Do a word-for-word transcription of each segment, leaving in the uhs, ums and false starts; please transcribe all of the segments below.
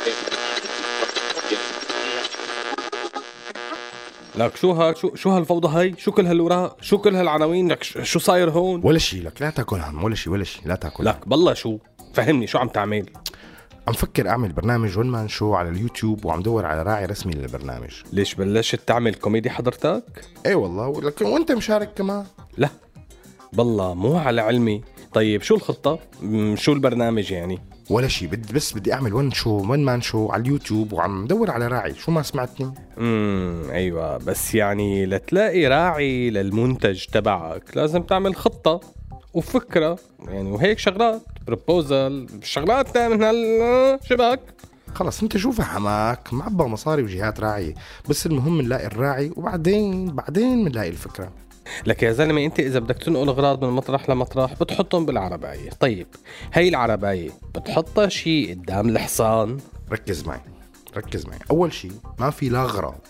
لك شو ها شو شو هالفوضى هاي؟ شو كل هالوراق؟ شو كل هالعناوين؟ لك شو صاير هون؟ ولا شي لك، لا تاكل هم، ولا شي ولا شي لا تاكل. لك بالله شو؟ فهمني شو عم تعمل؟ عم فكر اعمل برنامج ون مان شو على اليوتيوب، وعم دور على راعي رسمي للبرنامج. ليش بلشت تعمل كوميدي حضرتك؟ ايه والله، لكن وانت مشارك كمان؟ لا بالله مو على علمي. طيب شو الخطة؟ شو البرنامج يعني؟ ولا شي، بدي بس بدي اعمل ون شو ون مان شو على اليوتيوب، وعم دور على راعي. شو ما سمعتني؟ امم ايوه، بس يعني لتلاقي راعي للمنتج تبعك لازم تعمل خطة وفكرة يعني، وهيك شغلات بروبوزل شغلات من هالشبك. خلص انت شوف حماك معبى مصاري وجهات راعي، بس المهم نلاقي الراعي وبعدين بعدين بنلاقي الفكرة. لك يا زلمة انت اذا بدك تنقل اغراض من مطرح لمطرح بتحطهم بالعرباية. طيب هاي العرباية بتحطها شي قدام الحصان؟ ركز معي ركز معي اول شي ما في لا اغراض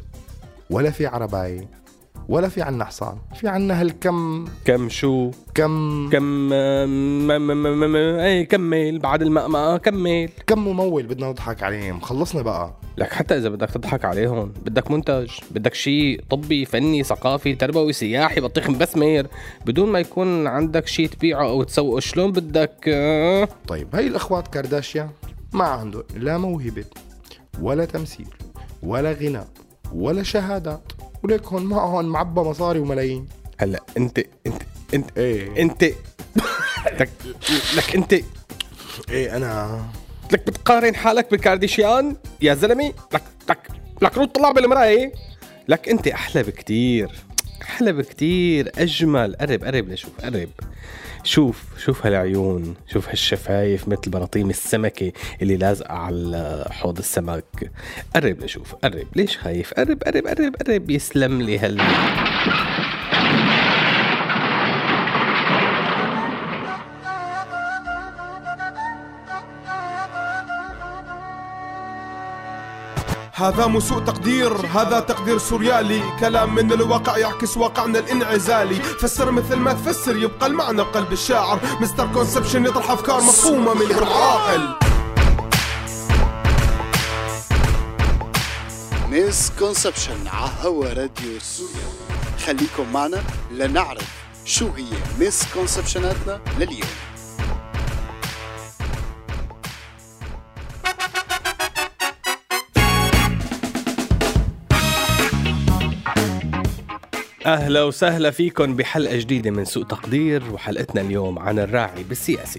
ولا في عرباية ولا في عنا حصان، في عنا هالكم. كم شو؟ كم كم م م م م اي كمل بعد المأمأة كمل. كم ممول بدنا نضحك عليهم، خلصنا بقى. لك حتى إذا بدك تضحك عليهم بدك منتج، بدك شيء طبي فني ثقافي تربوي سياحي بطيخ مبسمر، بدون ما يكون عندك شيء تبيعه أو تسوقه. شلون بدك؟ طيب هاي الأخوات كارداشيان ما عنده لا موهبة ولا تمثيل ولا غناء ولا شهادات، وليك هون معهم معبى مصاري وملايين. هلا انت انت انت ايه انت لك لك انت ايه انا لك بتقارن حالك بالكارديشيان يا زلمي؟ لك لك لك رد طلع بالمراية. لك انت احلى بكتير، احلى بكتير، اجمل. قرب قرب لشوف، قرب شوف شوف هالعيون، شوف هالشفايف مثل براطيم السمكة اللي لازقة على حوض السمك. قرب لشوف، قرب. ليش خايف؟ قرب قرب قرب قرب. يسلم لي هال هذا مو سوء تقدير، هذا تقدير سوريالي، كلام من الواقع يعكس واقعنا الانعزالي. فسر مثل ما تفسر يبقى المعنى بقلب الشاعر. مستر كونسبشن يطرح افكار مفهومه من العاقل. ميس كونسبشن على هوا راديو سوريا. خليكم معنا لنعرف شو هي ميس كونسبشناتنا لليوم. أهلا وسهلا فيكم بحلقة جديدة من سوء تقدير، وحلقتنا اليوم عن الراعي بالسياسة.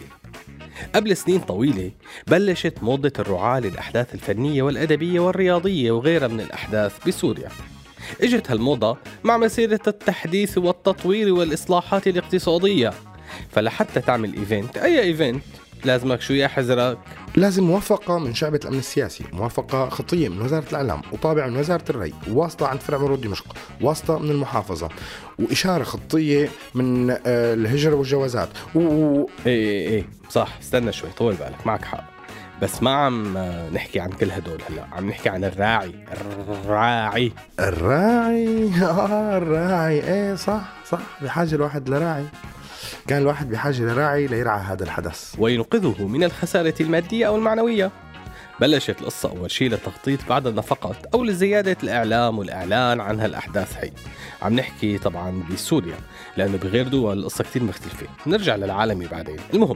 قبل سنين طويلة بلشت موضة الرعاة للأحداث الفنية والأدبية والرياضية وغيرها من الأحداث بسوريا. اجت هالموضة مع مسيرة التحديث والتطوير والإصلاحات الاقتصادية، فلحتى تعمل إيفنت، أي إيفنت لازمك شو يا حزرك؟ لازم موافقة من شعبة الأمن السياسي، موافقة خطية من وزارة الإعلام، وطابع من وزارة الري، وواسطة عند فرع مرور دمشق، واسطة من المحافظة، وإشارة خطية من آه الهجرة والجوازات و... إيه إيه إيه صح. استنى شوي، طول بالك، معك حق، بس ما عم نحكي عن كل هدول هلا، عم نحكي عن الراعي. الراعي الراعي آه الراعي إيه صح صح، بحاجة الواحد لراعي. كان الواحد بحاجة لراعي ليرعى هذا الحدث وينقذه من الخسارة المادية أو المعنوية. بلشت القصة أول شيء لتخطيط بعض النفقات أو لزيادة الإعلام والإعلان عن هالأحداث هي. عم نحكي طبعا بسوريا، لأنه بغير دول القصة كتير مختلفة، نرجع للعالمي بعدين. المهم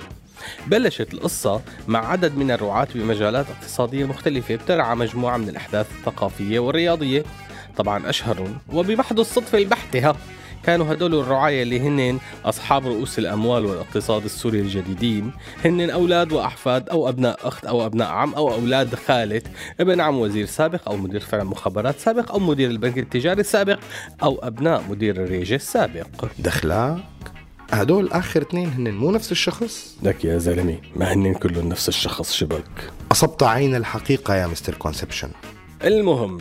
بلشت القصة مع عدد من الرعاة بمجالات اقتصادية مختلفة بترعى مجموعة من الأحداث الثقافية والرياضية. طبعا أشهرهم وبمحض الصدفة البحتة كانوا هدول الرعاية اللي هن أصحاب رؤوس الأموال والاقتصاد السوري الجديدين، هن أولاد وأحفاد أو أبناء أخت أو أبناء عم أو أولاد خالة ابن عم وزير سابق أو مدير فرع مخابرات سابق أو مدير البنك التجاري السابق أو أبناء مدير الريجة السابق. دخلاك هدول آخر اثنين هن مو نفس الشخص؟ لك يا زلمي ما هن كلهم نفس الشخص شبك. أصبت عين الحقيقة يا مستر كونسبشن. المهم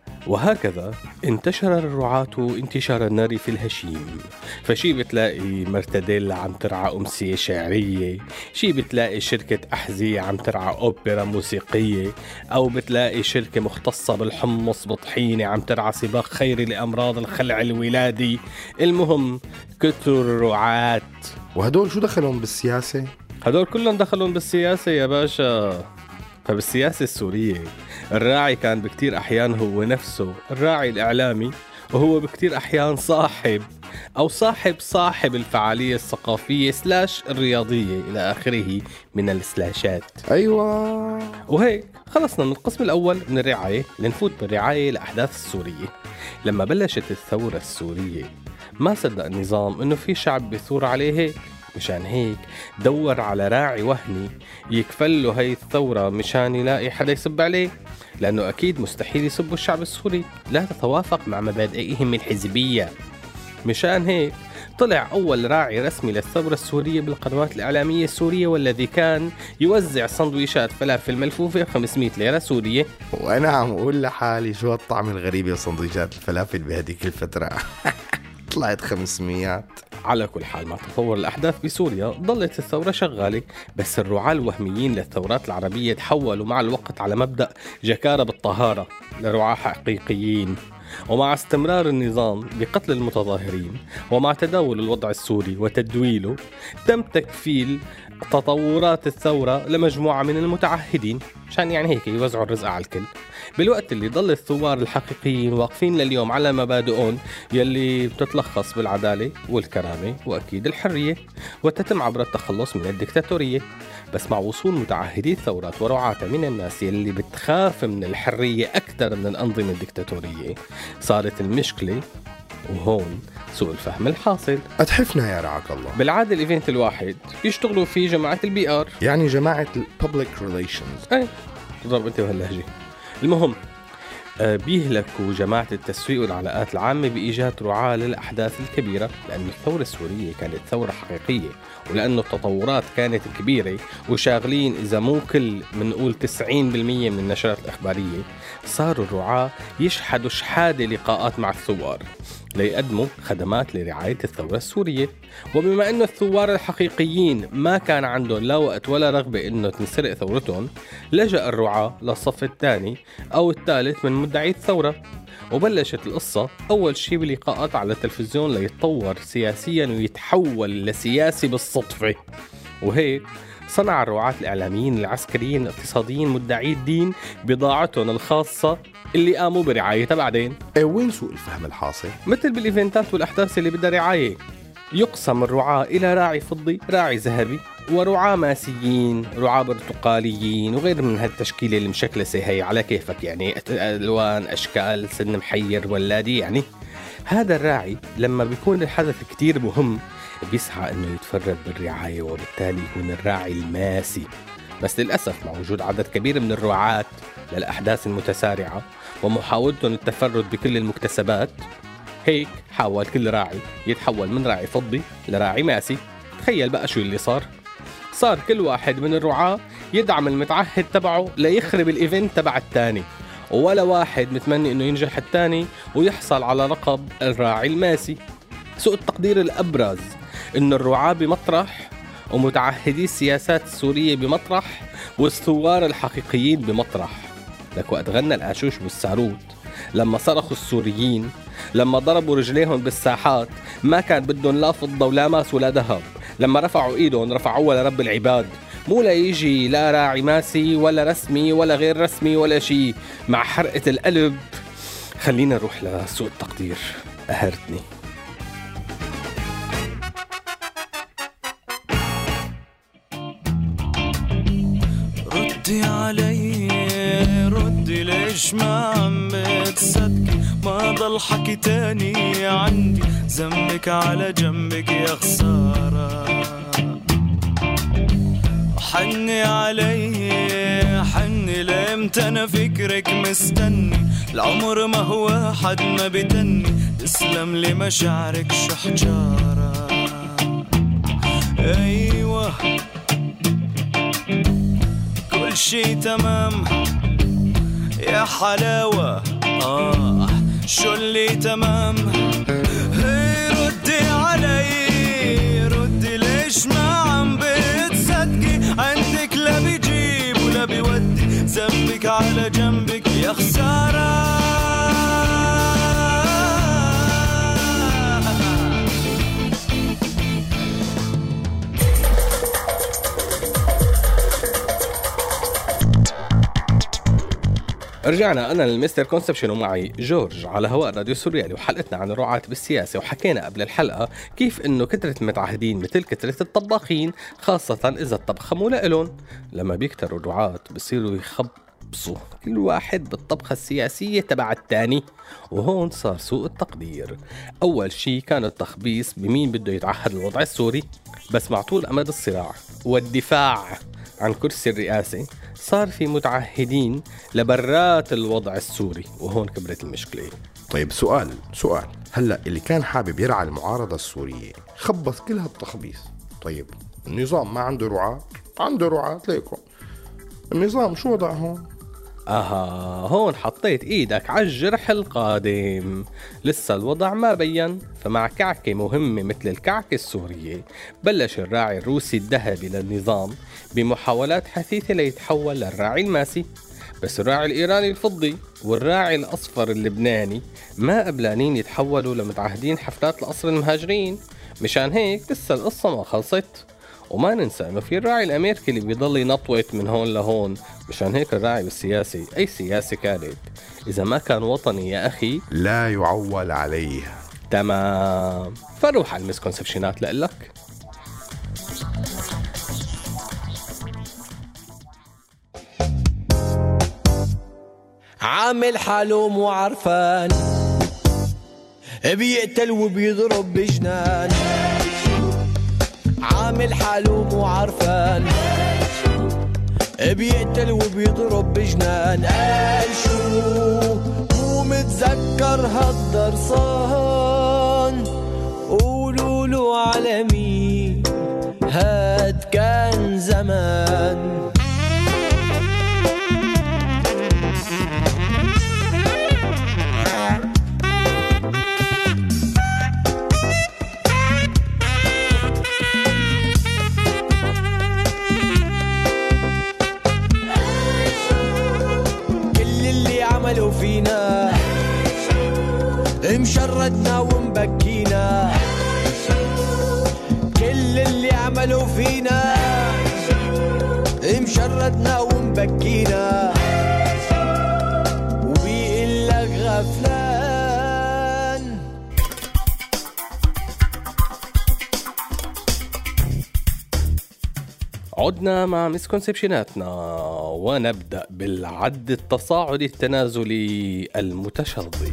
وهكذا انتشر الرعاة انتشار النار في الهشيم. فشي بتلاقي مرتديل عم ترعى أمسية شعرية، شي بتلاقي شركة أحذية عم ترعى أوبرا موسيقية، أو بتلاقي شركة مختصة بالحمص بطحينة عم ترعى سباق خيري لأمراض الخلع الولادي. المهم كتر الرعاة. وهدول شو دخلهم بالسياسة؟ هدول كلهم دخلهم بالسياسة يا باشا. فبالسياسة السورية الراعي كان بكتير أحيان هو نفسه الراعي الإعلامي، وهو بكتير أحيان صاحب أو صاحب صاحب الفعالية الثقافية سلاش الرياضية إلى آخره من السلاشات. أيوة. وهيك خلصنا من القسم الأول من الرعاية لنفوت بالرعاية لأحداث السورية. لما بلشت الثورة السورية ما صدق النظام إنه في شعب بيثور عليه هيك، مشان هيك دور على راعي وهمي يكفل له هاي الثورة مشان يلاقي حدا يسب عليه، لأنه أكيد مستحيل يسبوا الشعب السوري، لا تتوافق مع مبادئهم الحزبية. مشان هيك طلع أول راعي رسمي للثورة السورية بالقنوات الإعلامية السورية، والذي كان يوزع سندويشات فلافل ملفوفة خمسمية ليرة سورية. وأنا عم أقول لحالي شو الطعم الغريب يا سندويشات الفلافل بهديك الفترة. طلعت خمسميات. على كل حال مع تطور الأحداث بسوريا ضلت الثورة شغالة، بس الرعاة الوهميين للثورات العربية تحولوا مع الوقت على مبدأ جكارة بالطهارة لرعاة حقيقيين. ومع استمرار النظام بقتل المتظاهرين ومع تداول الوضع السوري وتدويله، تم تكفيل تطورات الثورة لمجموعة من المتعهدين عشان يعني هيك يوزعوا الرزق على الكل، بالوقت اللي ضل الثوار الحقيقيين واقفين لليوم على مبادئهم يلي بتتلخص بالعدالة والكرامة وأكيد الحرية، وتتم عبر التخلص من الدكتاتورية. بس مع وصول متعهدي الثورات ورعاتها من الناس يلي بتخاف من الحرية أكثر من الأنظمة الدكتاتورية، صارت المشكلة وهون سوء الفهم الحاصل. أتحفنا يا رعاك الله. بالعادة الإيفنت الواحد بيشتغلوا فيه جماعة البي آر، يعني جماعة الببليك ريليشنز. أي ضرب أنت وهاللهجة. المهم بيهلكوا جماعة التسويق والعلاقات العامة بإيجاد رعاة للأحداث الكبيرة، لأن الثورة السورية كانت ثورة حقيقية، ولأنه التطورات كانت كبيرة وشاغلين إذا مو كل منقول تسعين بالمية من النشرات الإخبارية، صاروا الرعاة يشحدوا شحادة لقاءات مع الثوار ليقدموا خدمات لرعاية الثورة السورية. وبما أنه الثوار الحقيقيين ما كان عندهم لا وقت ولا رغبة أنه تنسرق ثورتهم، لجأ الرعاة للصف الثاني أو الثالث من مدعي الثورة. وبلشت القصة أول شيء بلقاءات على التلفزيون ليتطور سياسيا ويتحول لسياسي بالصدفة، وهيك صنع الرعاة الإعلاميين العسكريين الاقتصاديين مدعي الدين بضاعتهم الخاصة اللي قاموا برعايتها بعدين. ايه وين سوء الفهم الحاصل؟ مثل بالإيفنتات والأحداث اللي بدها رعاية، يقسم الرعاة إلى راعي فضي، راعي ذهبي، ورعاة ماسيين، رعاة برتقاليين، وغير من هالتشكيلة المشكلسة هي على كيفك، يعني ألوان، أشكال، سن محير، ولادي. يعني هذا الراعي لما بيكون الحدث كتير مهم بيسعى أنه يتفرد بالرعاية، وبالتالي يكون الراعي الماسي. بس للأسف مع وجود عدد كبير من الرعاة للأحداث المتسارعة ومحاولتهم التفرد بكل المكتسبات، هيك حاول كل راعي يتحول من راعي فضي لراعي ماسي. تخيل بقى شو اللي صار. صار كل واحد من الرعاة يدعم المتعهد تبعه ليخرب الإيفنت تبع التاني، ولا واحد متمني أنه ينجح التاني ويحصل على لقب الراعي الماسي. سوء التقدير الأبرز إنه الرعاة بمطرح ومتعهدي السياسات السورية بمطرح والثوار الحقيقيين بمطرح. لك وقت غنى الآشوش والساروت، لما صرخوا السوريين، لما ضربوا رجليهم بالساحات، ما كان بدهم لا فضة ولا ماس ولا ذهب. لما رفعوا ايدهم رفعوها لرب العباد، مو لا يجي لا راعي ماسي ولا رسمي ولا غير رسمي ولا شيء. مع حرقة القلب خلينا نروح لسوء التقدير. قهرتني. ردي علي ردي، ليش ما عم بتصدقي؟ ما ضل حكي تاني عندي، ذنبك على جنبك يا خسارة. حني علي حني، لامتى انا فكرك مستني؟ العمر ما هو حد ما بتني، تسلم لي مشاعرك شو حجارة. ايوه كل شي تمام يا حلاوة، آه شو اللي تمام؟ هي ردي علي ردي، ليش ما عم بتصدقي؟ عندك لا بيجيب ولا بيودي، ذنبك على جنبك يا خسارة. رجعنا أنا المستر كونسبشن ومعي جورج على هواء راديو سوريالي، وحلقتنا عن الرعاة بالسياسة. وحكينا قبل الحلقة كيف إنه كثرة المتعهدين مثل كثرة الطباخين، خاصة إذا الطبخة مو لإلن. لما بيكتروا الرعاة بصيروا يخبصوا كل واحد بالطبخة السياسية تبع التاني، وهون صار سوء التقدير. أول شي كان التخبيص بمين بده يتعهد الوضع السوري، بس مع طول أمد الصراع والدفاع عن كرسي الرئاسة صار في متعهدين لبرات الوضع السوري، وهون كبرت المشكلة. طيب سؤال سؤال هلأ اللي كان حابب يرعى المعارضة السورية خبص كل هالتخبيص. طيب النظام ما عنده رعاة؟ عنده رعاة ليكم. النظام شو وضع هون؟ اها، هون حطيت ايدك على الجرح القادم. لسه الوضع ما بين، فمع كعكة مهمة مثل الكعكة السورية بلش الراعي الروسي الذهبي للنظام بمحاولات حثيثة ليتحول للراعي الماسي. بس الراعي الإيراني الفضي والراعي الأصفر اللبناني ما قبلانين يتحولوا لمتعهدين حفلات القصر المهاجرين. مشان هيك لسه القصة ما خلصت. وما ننسى انه في الراعي الامريكي اللي بيضل ينطوط من هون لهون. مشان هيك الراعي بالسياسي، اي سياسة كانت، اذا ما كان وطني يا اخي لا يعول عليه. تمام. فروح على المسكونسبشنات لقلك. عامل حاله مو عرفان، بيقتل وبيضرب بجنان. عامل حاله مو عرفان، بيقتل وبيضرب بجنان. قال شو مو متذكر هالدرسان، قولوله على مين هاد كان زمان. عملوا فينا مشردنا ومبكينا. كل اللي عملوا فينا مشردنا ومبكينا، وبيقلك غفلان. عدنا مع مسكونسبشناتنا، ونبدأ بالعد التصاعدي التنازلي المتشظي.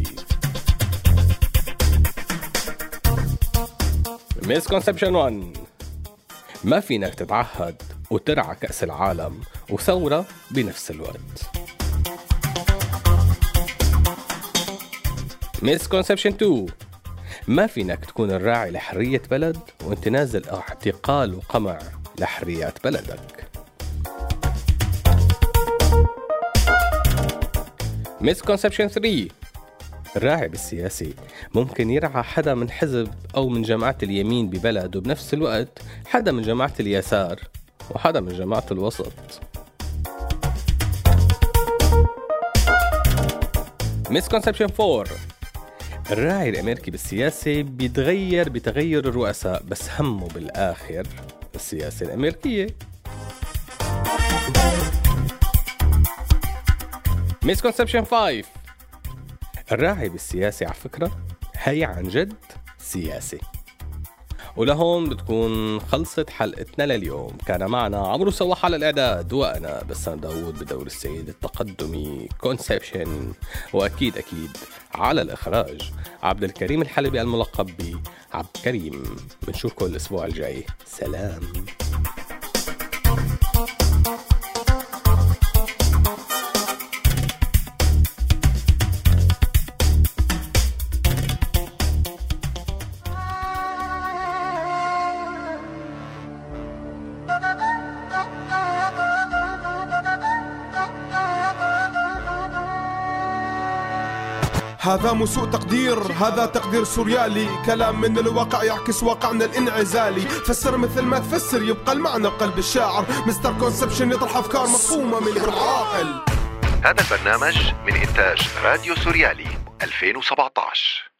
مسكونسبشن واحد: ما فينك تتعهد وترعى كأس العالم وثورة بنفس الوقت. مسكونسبشن اثنين: ما فينك تكون الراعي لحرية بلد وانت نازل اعتقال وقمع لحريات بلدك. مسكونسبشن ثلاثة: الراعي بالسياسي ممكن يرعى حدا من حزب أو من جماعة اليمين ببلد، وبنفس الوقت حدا من جماعة اليسار وحدا من جماعة الوسط. مسكونسبشن أربعة: الراعي الأمريكي بالسياسة بيتغير بتغير الرؤساء، بس همه بالآخر السياسة الأمريكية. مسكونسبشن خمسة: الراعي بالسياسة على فكرة هي عن جد سياسة. ولهون بتكون خلصت حلقتنا لليوم. كان معنا عمرو سواح على الإعداد، وأنا بسام داود بدور السيد التقدمي كونسبشن، وأكيد أكيد على الإخراج عبد الكريم الحلبي الملقب ب عبد الكريم. بنشوفكم الأسبوع الجاي. سلام. هذا مو سوء تقدير، هذا تقدير سوريالي. كلام من الواقع يعكس واقعنا الانعزالي. فسر مثل ما تفسر يبقى المعنى بقلب الشاعر. مستر كونسبشن يطرح أفكار مفهومة من العاقل. هذا البرنامج من إنتاج راديو سوريالي ألفين وسبعة عشر.